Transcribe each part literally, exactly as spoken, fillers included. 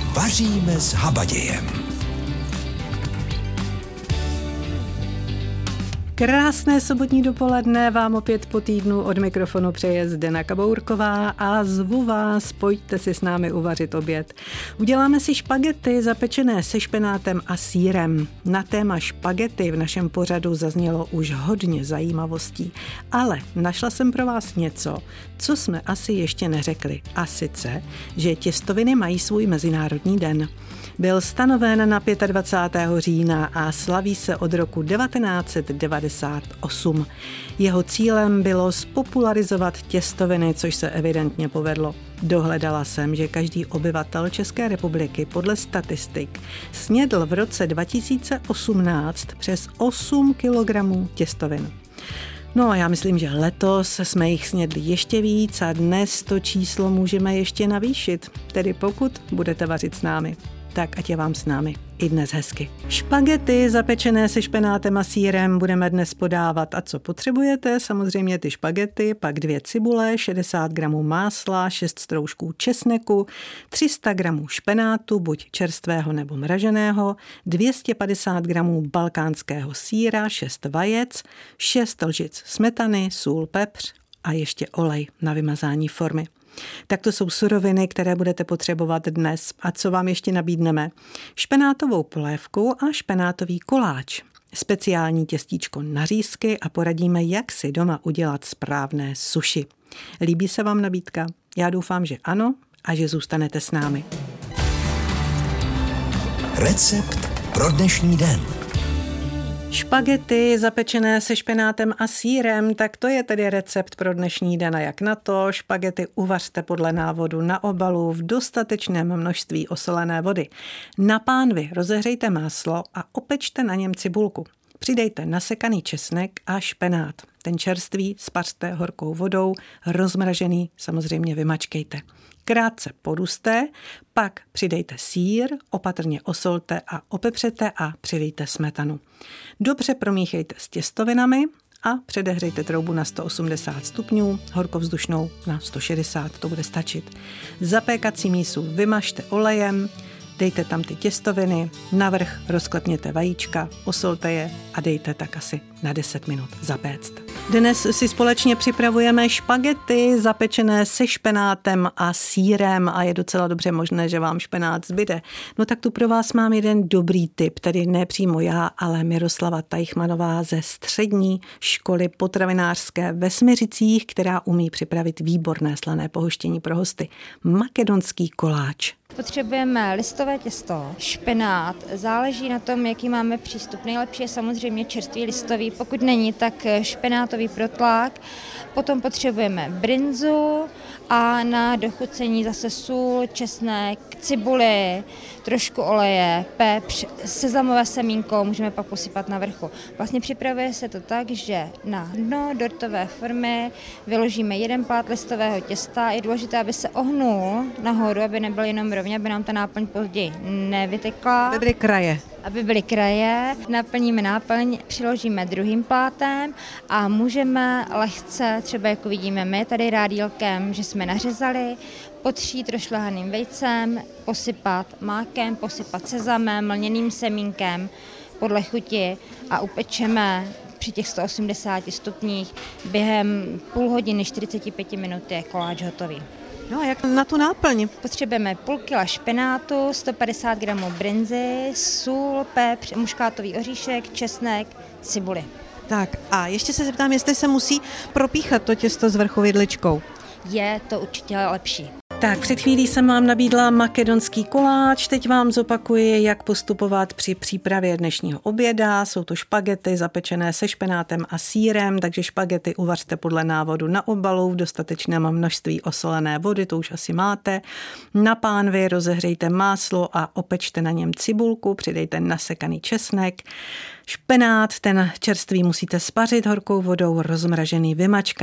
Vaříme s Habadějem. Krásné sobotní dopoledne vám opět po týdnu od mikrofonu přeje Zdena Kabourková a zvu vás, pojďte si s námi uvařit oběd. Uděláme si špagety zapečené se špenátem a sýrem. Na téma špagety v našem pořadu zaznělo už hodně zajímavostí, ale našla jsem pro vás něco, co jsme asi ještě neřekli. A sice, že těstoviny mají svůj mezinárodní den. Byl stanoven na dvacátého pátého října a slaví se od roku devatenáct set devadesát osm. Jeho cílem bylo spopularizovat těstoviny, což se evidentně povedlo. Dohledala jsem, že každý obyvatel České republiky podle statistik snědl v roce dva tisíce osmnáct přes osm kilogramů těstovin. No a já myslím, že letos jsme jich snědli ještě víc a dnes to číslo můžeme ještě navýšit, tedy pokud budete vařit s námi. Tak ať je vám s námi i dnes hezky. Špagety zapečené se špenátem a sýrem budeme dnes podávat. A co potřebujete? Samozřejmě ty špagety, pak dvě cibule, šedesát gramů másla, šest stroužků česneku, tři sta gramů špenátu, buď čerstvého nebo mraženého, dvě stě padesát gramů balkánského sýra, šest vajec, šest lžic smetany, sůl, pepř a ještě olej na vymazání formy. Tak to jsou suroviny, které budete potřebovat dnes. A co vám ještě nabídneme? Špenátovou polévku a špenátový koláč. Speciální těstíčko na řízky a poradíme, jak si doma udělat správné suši. Líbí se vám nabídka? Já doufám, že ano a že zůstanete s námi. Recept pro dnešní den. Špagety zapečené se špenátem a sýrem, tak to je tedy recept pro dnešní den. A jak na to? Špagety uvařte podle návodu na obalu v dostatečném množství osolené vody. Na pánvi rozehřejte máslo a opečte na něm cibulku. Přidejte nasekaný česnek a špenát. Ten čerstvý spařte horkou vodou, rozmražený samozřejmě vymačkejte. Krátce poduste, pak přidejte sýr, opatrně osolte a opepřete a přilijte smetanu. Dobře promíchejte s těstovinami a předehřejte troubu na sto osmdesát stupňů, horkovzdušnou na sto šedesát, to bude stačit. Zapékací mísu vymažte olejem, dejte tam ty těstoviny, navrch rozklepněte vajíčka, osolte je a dejte tak asi na deset minut zapéct. Dnes si společně připravujeme špagety zapečené se špenátem a sýrem a je docela dobře možné, že vám špenát zbyde. No tak tu pro vás mám jeden dobrý tip, tedy ne přímo já, ale Miroslava Tajchmanová ze střední školy potravinářské ve Smiřicích, která umí připravit výborné slané pohoštění pro hosty. Makedonský koláč. Potřebujeme listové těsto, špenát, záleží na tom, jaký máme přístup. Nejlepší je samozřejmě čerstvý listový, pokud není, tak špenátový protlák. Potom potřebujeme brinzu a na dochucení zase sůl, česnek, cibuli, trošku oleje, pepř, sezamové semínko můžeme pak posypat na vrchu. Vlastně připravuje se to tak, že na dno dortové formy vyložíme jeden plát listového těsta. Je důležité, aby se ohnul nahoru, aby nebyl jenom rovně, aby nám ta náplň později nevytekla. Aby byly kraje. Aby byly kraje, naplníme náplň, přiložíme druhým plátem a můžeme lehce, třeba jako vidíme my tady rádílkem, že jsme nařezali, potřít rošlehaným vejcem, posypat mákem, posypat sezamem, mlněným semínkem podle chuti a upečeme při těch sto osmdesáti stupních. Během půl hodiny, čtyřicet pět minut je koláč hotový. No a jak na tu náplň? Potřebujeme půl kila špenátu, sto padesát gramů brinzy, sůl, pepř, muškátový oříšek, česnek, cibuli. Tak a ještě se zeptám, jestli se musí propíchat to těsto s vrchu vidličkou. Je to určitě lepší. Tak, před chvílí jsem vám nabídla makedonský koláč, teď vám zopakuji, jak postupovat při přípravě dnešního oběda. Jsou to špagety zapečené se špenátem a sýrem, takže špagety uvařte podle návodu na obalu v dostatečném množství osolené vody, to už asi máte. Na pánvi rozehřejte máslo a opečte na něm cibulku, přidejte nasekaný česnek. Špenát, ten čerstvý musíte spařit horkou vodou, rozmražený vymačkat.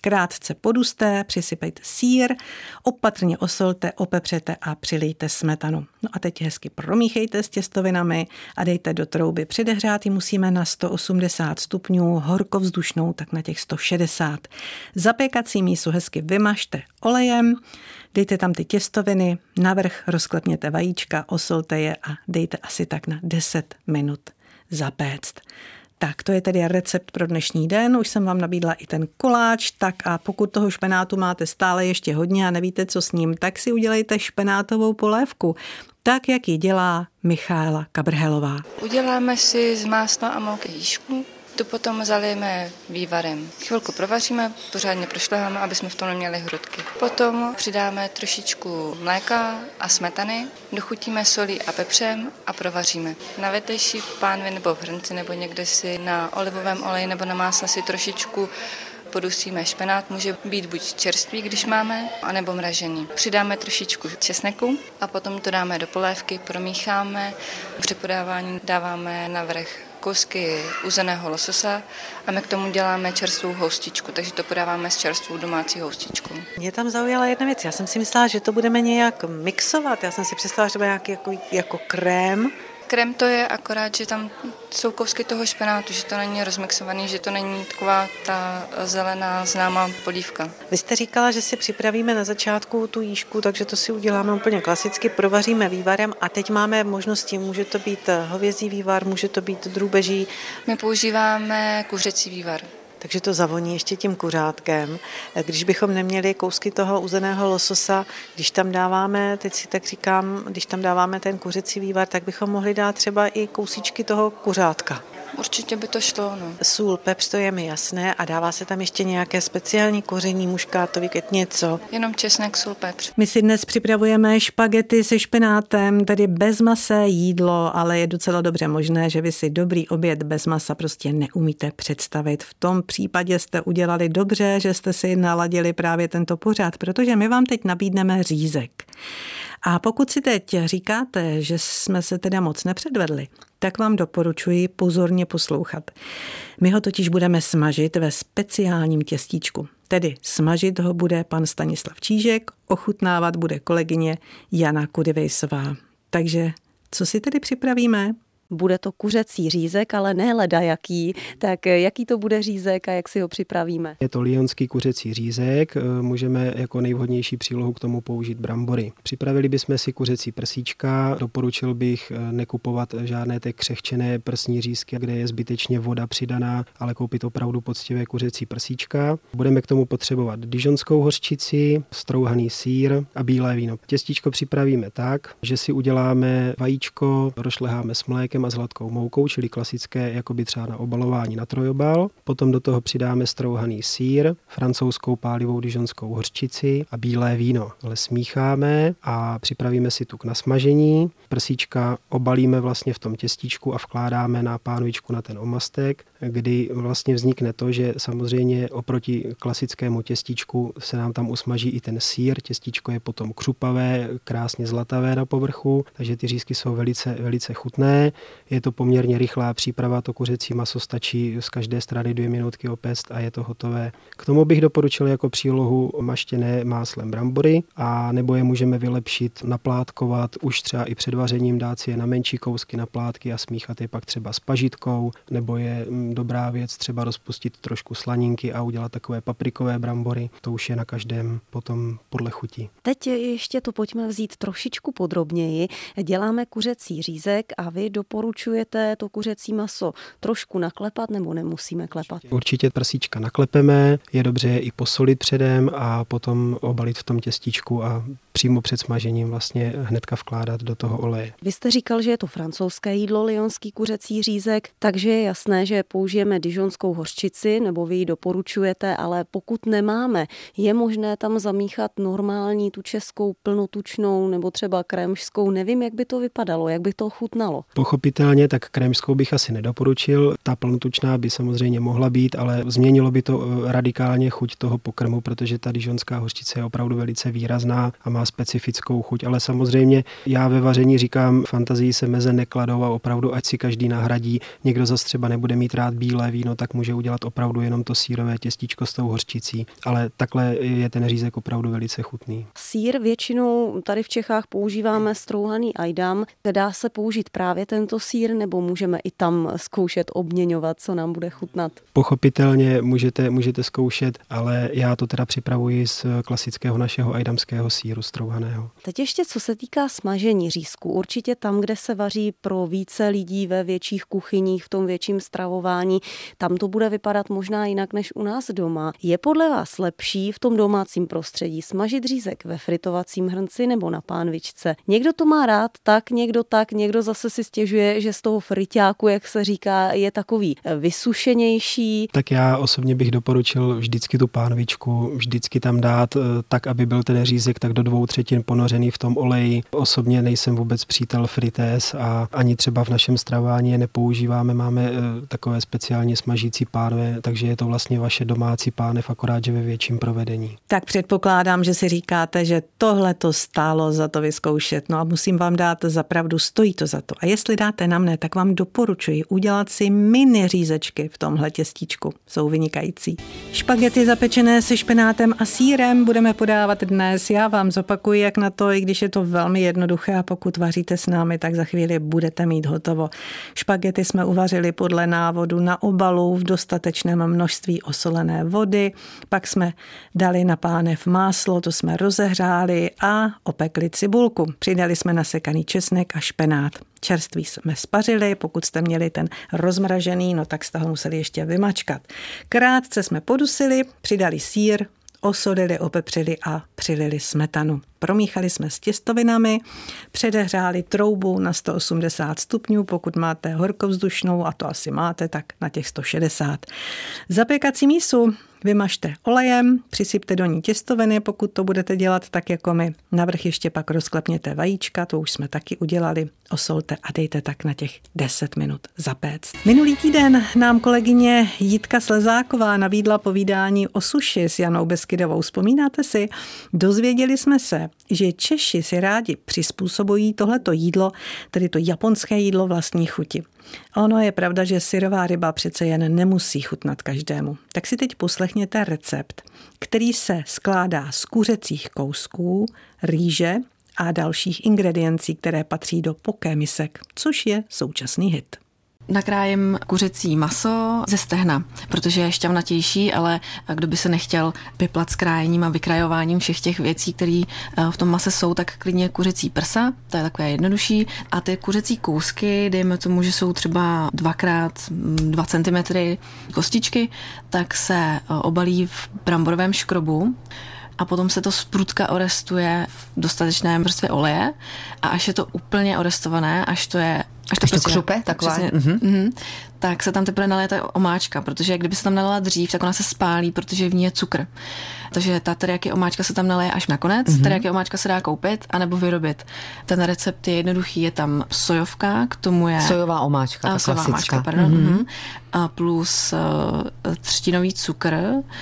Krátce podusté, přisypejte sýr, opatrně osolte, opepřete a přilijte smetanu. No a teď hezky promíchejte s těstovinami a dejte do trouby. Předehřát ji musíme na sto osmdesát stupňů, horkovzdušnou tak na těch sto šedesát. Zapékací mísu hezky vymažte olejem, dejte tam ty těstoviny, navrch rozklepněte vajíčka, osolte je a dejte asi tak na deset minut zapéct. Tak to je tedy recept pro dnešní den. Už jsem vám nabídla i ten koláč, tak a pokud toho špenátu máte stále ještě hodně a nevíte, co s ním, tak si udělejte špenátovou polévku, tak jak ji dělá Michaela Kabrhelová. Uděláme si z másla a mouky jížku, tu potom zalijeme vývarem. Chvilku provaříme, pořádně prošleháme, aby jsme v tom neměli hrudky. Potom přidáme trošičku mléka a smetany, dochutíme solí a pepřem a provaříme. Na vedlejší pánvi nebo v hrnci nebo někde si na olivovém oleji nebo na másle si trošičku podusíme špenát, může být buď čerstvý, když máme, anebo mražený. Přidáme trošičku česneku a potom to dáme do polévky, promícháme. Při podávání dáváme navrch kousky uzeného lososa a my k tomu děláme čerstvou houstičku, takže to podáváme s čerstvou domácí houstičkou. Mě tam zaujala jedna věc, já jsem si myslela, že to budeme nějak mixovat, já jsem si představila, že to bude nějaký jako, jako krém. Krém to je, akorát, že tam jsou kousky toho špenátu, že to není rozmixovaný, že to není taková ta zelená známá polívka. Vy jste říkala, že si připravíme na začátku tu jížku, takže to si uděláme úplně klasicky, provaříme vývarem a teď máme možnosti, může to být hovězí vývar, může to být drůbeží. My používáme kuřecí vývar. Takže to zavoní ještě tím kuřátkem. Když bychom neměli kousky toho uzeného lososa, když tam dáváme, teď si tak říkám, když tam dáváme ten kuřecí vývar, tak bychom mohli dát třeba i kousíčky toho kuřátka. Určitě by to šlo, no. Sůl, pepř, to je mi jasné a dává se tam ještě nějaké speciální koření, muškátový, něco. Jenom česnek, sůl, pepř. My si dnes připravujeme špagety se špenátem, tedy bez masa jídlo, ale je docela dobře možné, že vy si dobrý oběd bez masa prostě neumíte představit. V tom případě jste udělali dobře, že jste si naladili právě tento pořad, protože my vám teď nabídneme řízek. A pokud si teď říkáte, že jsme se teda moc nepředvedli, tak vám doporučuji pozorně poslouchat. My ho totiž budeme smažit ve speciálním těstíčku. Tedy smažit ho bude pan Stanislav Čížek, ochutnávat bude kolegyně Jana Kudivejsová. Takže co si tedy připravíme? Bude to kuřecí řízek, ale ne ledajaký. Tak jaký to bude řízek a jak si ho připravíme? Je to lyonský kuřecí řízek, můžeme jako nejvhodnější přílohu k tomu použít brambory. Připravili bychom si kuřecí prsíčka, doporučil bych nekupovat žádné té křehčené prsní řízky, kde je zbytečně voda přidaná, ale koupit opravdu poctivé kuřecí prsíčka. Budeme k tomu potřebovat dižonskou hořčici, strouhaný sýr a bílé víno. Těstíčko připravíme tak, že si uděláme vajíčko, rozšleháme s mlékem a s hladkou moukou, čili klasické, jako by třeba na obalování na trojobal. Potom do toho přidáme strouhaný sýr, francouzskou pálivou dižonskou hořčici a bílé víno. Ale smícháme a připravíme si tu k nasmažení. Prsíčka obalíme vlastně v tom těstíčku a vkládáme na pánvičku na ten omastek, kdy vlastně vznikne to, že samozřejmě oproti klasickému těstíčku se nám tam usmaží i ten sýr. Těstíčko je potom křupavé, krásně zlatavé na povrchu, takže ty řízky jsou velice, velice chutné. Je to poměrně rychlá příprava, to kuřecí maso stačí z každé strany dvě minutky opéct a je to hotové. K tomu bych doporučil jako přílohu maštěné máslem brambory a nebo je můžeme vylepšit, naplátkovat, už třeba i před vařením dát si je na menší kousky na plátky a smíchat je pak třeba s pažitkou, nebo je dobrá věc třeba rozpustit trošku slaninky a udělat takové paprikové brambory. To už je na každém potom podle chuti. Teď ještě to pojďme vzít trošičku podrobněji. Děláme kuřecí řízek a vy doporučujete to kuřecí maso trošku naklepat nebo nemusíme klepat? Určitě prsíčka naklepeme, je dobře je i posolit předem a potom obalit v tom těstíčku a přímo před smažením vlastně hnedka vkládat do toho oleje. Vy jste říkal, že je to francouzské jídlo, lyonský kuřecí řízek, takže je jasné, že použijeme dižonskou hořčici, nebo vy ji doporučujete, ale pokud nemáme, je možné tam zamíchat normální tu českou plnotučnou nebo třeba krémžskou, nevím, jak by to vypadalo, jak by to chutnalo. Pochopitelně, tak krémžskou bych asi nedoporučil, ta plnotučná by samozřejmě mohla být, ale změnilo by to radikálně chuť toho pokrmu, protože ta dižonská hořčice je opravdu velice výrazná a má má specifickou chuť, ale samozřejmě já ve vaření říkám, fantazii se meze nekladou a opravdu ať si každý nahradí. Někdo zase třeba nebude mít rád bílé víno, tak může udělat opravdu jenom to sýrové těstíčko s tou hořčicí, ale takhle je ten řízek opravdu velice chutný. Sýr většinou tady v Čechách používáme strouhaný ajdam. Dá se použít právě tento sýr, nebo můžeme i tam zkoušet obměňovat, co nám bude chutnat? Pochopitelně můžete, můžete zkoušet, ale já to teda připravuji z klasického našeho ajdamského sýru strouhaného. Teď ještě co se týká smažení řízku. Určitě tam, kde se vaří pro více lidí ve větších kuchyních, v tom větším stravování, tam to bude vypadat možná jinak než u nás doma. Je podle vás lepší v tom domácím prostředí smažit řízek ve fritovacím hrnci nebo na pánvičce? Někdo to má rád tak, někdo tak, někdo zase si stěžuje, že z toho friťáku, jak se říká, je takový vysušenější. Tak já osobně bych doporučil vždycky tu pánvičku, vždycky tam dát tak, aby byl ten řízek tak do dvou třetin ponořený v tom oleji. Osobně nejsem vůbec přítel frités a ani třeba v našem stravování je nepoužíváme. Máme takové speciálně smažící pánve, takže je to vlastně vaše domácí pánev, akorát že ve větším provedení. Tak předpokládám, že si říkáte, že tohle to stálo za to vyzkoušet. No a musím vám dát za pravdu, stojí to za to. A jestli dáte na mne, tak vám doporučuji udělat si mini řízečky v tomhle těstíčku. Jsou vynikající. Špagety zapečené se špenátem a sýrem budeme podávat dnes. Já vám zopakuji, jak na to, i když je to velmi jednoduché a pokud vaříte s námi, tak za chvíli budete mít hotovo. Špagety jsme uvařili podle návodu na obalu v dostatečném množství osolené vody, pak jsme dali na pánev máslo, to jsme rozehřáli a opekli cibulku. Přidali jsme nasekaný česnek a špenát. Čerství jsme spařili, pokud jste měli ten rozmražený, no tak jste ho museli ještě vymačkat. Krátce jsme podusili, přidali sýr, osolili, opepřili a přilili smetanu. Promíchali jsme s těstovinami, předehřáli troubu na sto osmdesát stupňů, pokud máte horkovzdušnou, a to asi máte, tak na těch sto šedesát. Zapěkací mísu vymažte olejem, přisypte do ní těstoviny, pokud to budete dělat tak jako my. Navrch ještě pak rozklepněte vajíčka, to už jsme taky udělali, osolte a dejte tak na těch deset minut zapéct. Minulý týden nám kolegyně Jitka Slezáková nabídla povídání o suši s Janou Beskydovou. Vzpomínáte si? Dozvěděli jsme se, že Češi si rádi přizpůsobují tohleto jídlo, tedy to japonské jídlo vlastní chuti. Ono je pravda, že syrová ryba přece jen nemusí chutnat každému. Tak si teď poslechněte recept, který se skládá z kuřecích kousků, rýže a dalších ingrediencí, které patří do poké misek, což je současný hit. Nakrájím kuřecí maso ze stehna, protože je šťavnatější, ale kdo by se nechtěl piplat s krájením a vykrajováním všech těch věcí, které v tom mase jsou, tak klidně kuřecí prsa, to je takové jednodušší. A ty kuřecí kousky, dejme tomu, že jsou třeba dvakrát dva centimetry kostičky, tak se obalí v bramborovém škrobu. A potom se to zprudka orestuje v dostatečném vrstvě oleje a až je to úplně orestované, až to je Až to, to prostě křupe, taková. Přesně, mm-hmm. Mm-hmm, tak se tam teprve nalije ta omáčka, protože kdyby se tam nalila dřív, tak ona se spálí, protože v ní je cukr. Takže ta teriyaki omáčka se tam nalije až nakonec. Mm-hmm. Teriyaki omáčka se dá koupit anebo vyrobit. Ten recept je jednoduchý, je tam sojovka, k tomu je... Sojová omáčka, ta sojová klasická. Omáčka, pardon. Mm-hmm. A plus uh, třtinový cukr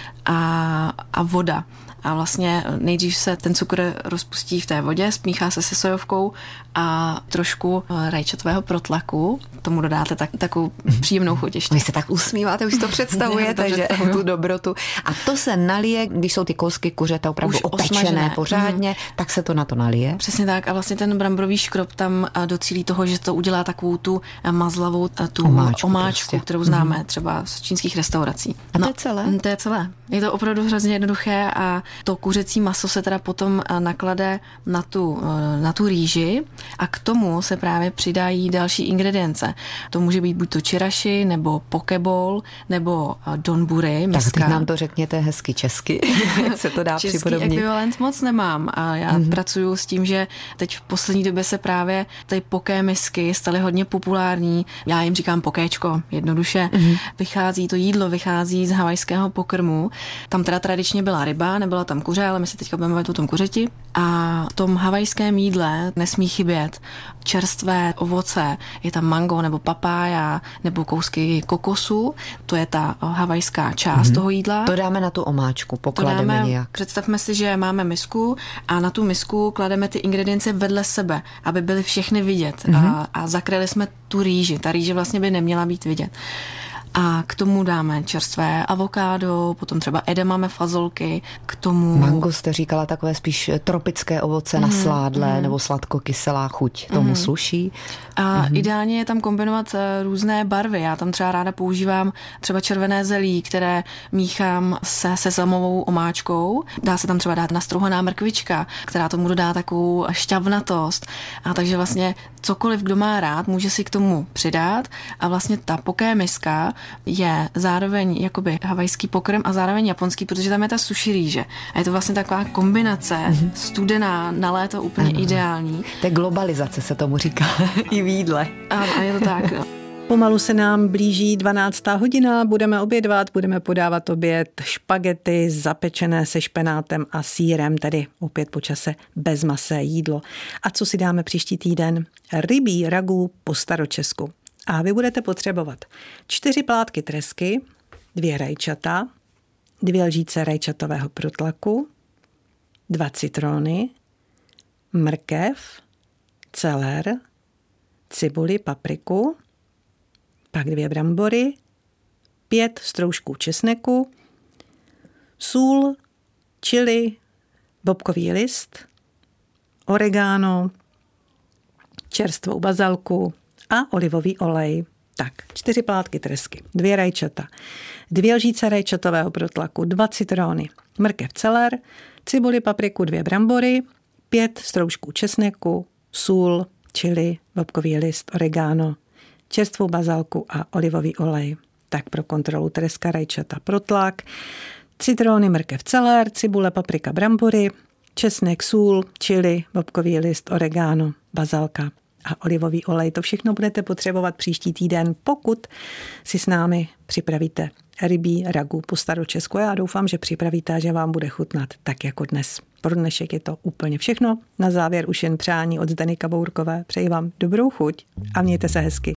a, a voda. A vlastně nejdřív se ten cukr rozpustí v té vodě, smíchá se se sojovkou a trošku rajčatového protlaku. Tomu dodáte tak, takovou příjemnou chuť ještě. Vy se tak usmíváte, už to představujete, že tu dobrotu. A to se nalije, když jsou ty kousky kuřete opravdu opečené osmažené. Pořádně, mm. tak se to na to nalije. Přesně tak. A vlastně ten bramborový škrob tam docílí toho, že to udělá takovou tu mazlavou tu omáčku, omáčku prostě. Kterou známe mm. třeba z čínských restaurací. A to no, je celé? To je celé. Je to opravdu hrozně jednoduché a to kuřecí maso se teda potom naklade na tu, na tu rýži a k tomu se právě přidají další ingredience. To může být buď to chirashi, nebo pokeball, nebo donburi. Tak teď nám to řekněte hezky česky, jak se to dá Český připodobnit. Český ekvivalent moc nemám a já mm-hmm. pracuju s tím, že teď v poslední době se právě ty poké misky staly hodně populární. Já jim říkám pokéčko, jednoduše. Mm-hmm. Vychází to jídlo, vychází z havajského pokrmu. Tam teda tradičně byla ryba, nebyla tam kuře, ale my si teďka budeme mluvit o tom kuřeti. A v tom havajském jídle nesmí chybět čerstvé ovoce, je tam mango nebo papája, nebo nebo kousky kokosu, to je ta havajská část mm-hmm. toho jídla. To dáme na tu omáčku, poklademe dáme, nějak. Představme si, že máme misku a na tu misku klademe ty ingredience vedle sebe, aby byly všechny vidět mm-hmm. a, a zakryli jsme tu rýži. Ta rýže vlastně by neměla být vidět. A k tomu dáme čerstvé avokádo, potom třeba edamame fazolky, k tomu... Mango jste říkala, takové spíš tropické ovoce mm, na sládle mm. nebo sladkokyselá chuť. Tomu mm. sluší? A mm. ideálně je tam kombinovat různé barvy. Já tam třeba ráda používám třeba červené zelí, které míchám se sezamovou omáčkou. Dá se tam třeba dát nastrouhaná mrkvička, která tomu dodá takovou šťavnatost. A takže vlastně cokoliv, kdo má rád, může si k tomu přidat. A vlastně ta poké miska je zároveň jakoby havajský pokrm a zároveň japonský, protože tam je ta sushi rýže. A je to vlastně taková kombinace mm-hmm. studená, na léto úplně ano. ideální. To je globalizace, se tomu říká i v jídle. A je to tak. Pomalu se nám blíží dvanáctá hodina, budeme obědvat, budeme podávat oběd špagety zapečené se špenátem a sýrem, tedy opět po čase bezmasé jídlo. A co si dáme příští týden? Rybí ragu po staročesku. A vy budete potřebovat čtyři plátky tresky, dvě rajčata, dvě lžíce rajčatového protlaku, dva citrony, mrkev, celer, cibuli, papriku, pak dvě brambory, pět stroužků česneku, sůl, chili, bobkový list, oregano, čerstvou bazalku a olivový olej. Tak, čtyři plátky tresky, dvě rajčata, dvě lžíce rajčatového protlaku, dva citrony, mrkev, celer, cibuli, papriku, dvě brambory, pět stroužků česneku, sůl, chili, bobkový list, oregano, čerstvou bazalku a olivový olej. Tak pro kontrolu treska, rajčata, protlak, citrony, mrkev, celer, cibule, paprika, brambory, česnek, sůl, chili, bobkový list, oregano, bazalka a olivový olej. To všechno budete potřebovat příští týden, pokud si s námi připravíte rybí ragu po staročesku. Já doufám, že připravíte a že vám bude chutnat tak jako dnes. Pro dnešek je to úplně všechno. Na závěr už jen přání od Zdeny Kabourkové. Přeji vám dobrou chuť a mějte se hezky.